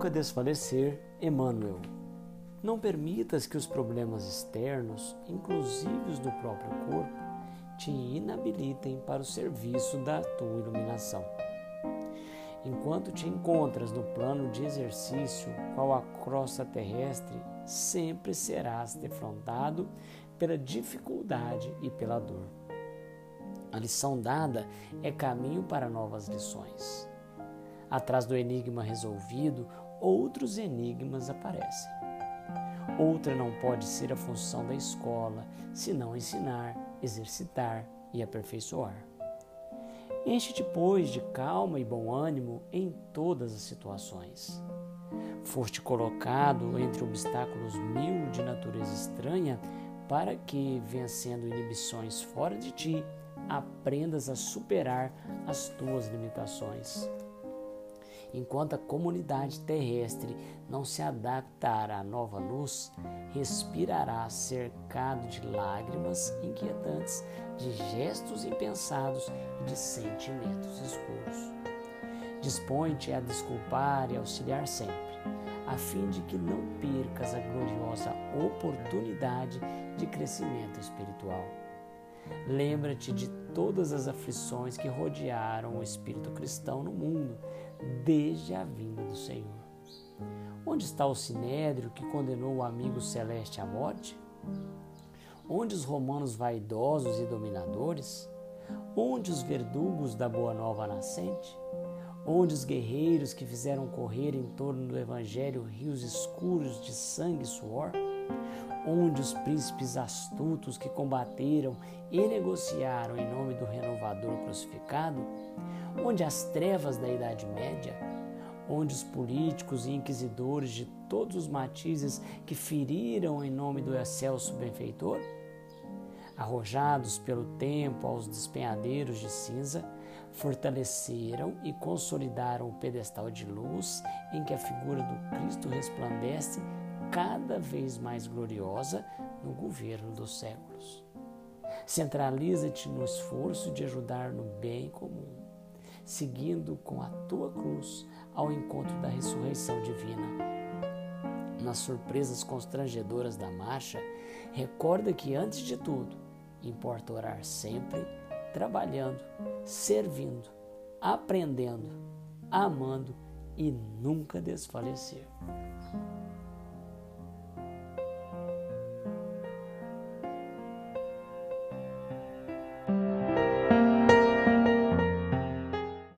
nunca desfalecer, Emmanuel. Não permitas que os problemas externos, inclusive os do próprio corpo, te inabilitem para o serviço da tua iluminação. Enquanto te encontras no plano de exercício, qual a crosta terrestre, sempre serás defrontado pela dificuldade e pela dor. A lição dada é caminho para novas lições. Atrás do enigma resolvido, outros enigmas aparecem. Outra não pode ser a função da escola, senão ensinar, exercitar e aperfeiçoar. Enche-te, pois, de calma e bom ânimo em todas as situações. Foste colocado entre obstáculos mil de natureza estranha para que, vencendo inibições fora de ti, aprendas a superar as tuas limitações. Enquanto a comunidade terrestre não se adaptar à nova luz, respirará cercado de lágrimas inquietantes, de gestos impensados e de sentimentos escuros. Dispõe-te a desculpar e auxiliar sempre, a fim de que não percas a gloriosa oportunidade de crescimento espiritual. Lembra-te de todas as aflições que rodearam o espírito cristão no mundo, desde a vinda do Senhor. Onde está o sinédrio que condenou o amigo celeste à morte? Onde os romanos vaidosos e dominadores? Onde os verdugos da boa nova nascente? Onde os guerreiros que fizeram correr em torno do evangelho rios escuros de sangue e suor? Onde os príncipes astutos que combateram e negociaram em nome do renovador crucificado? Onde as trevas da Idade Média? Onde os políticos e inquisidores de todos os matizes que feriram em nome do excelso benfeitor? Arrojados pelo tempo aos despenhadeiros de cinza, fortaleceram e consolidaram o pedestal de luz em que a figura do Cristo resplandece cada vez mais gloriosa no governo dos séculos. Centraliza-te no esforço de ajudar no bem comum, seguindo com a tua cruz ao encontro da ressurreição divina. Nas surpresas constrangedoras da marcha, recorda que, antes de tudo, importa orar sempre, trabalhando, servindo, aprendendo, amando e nunca desfalecer.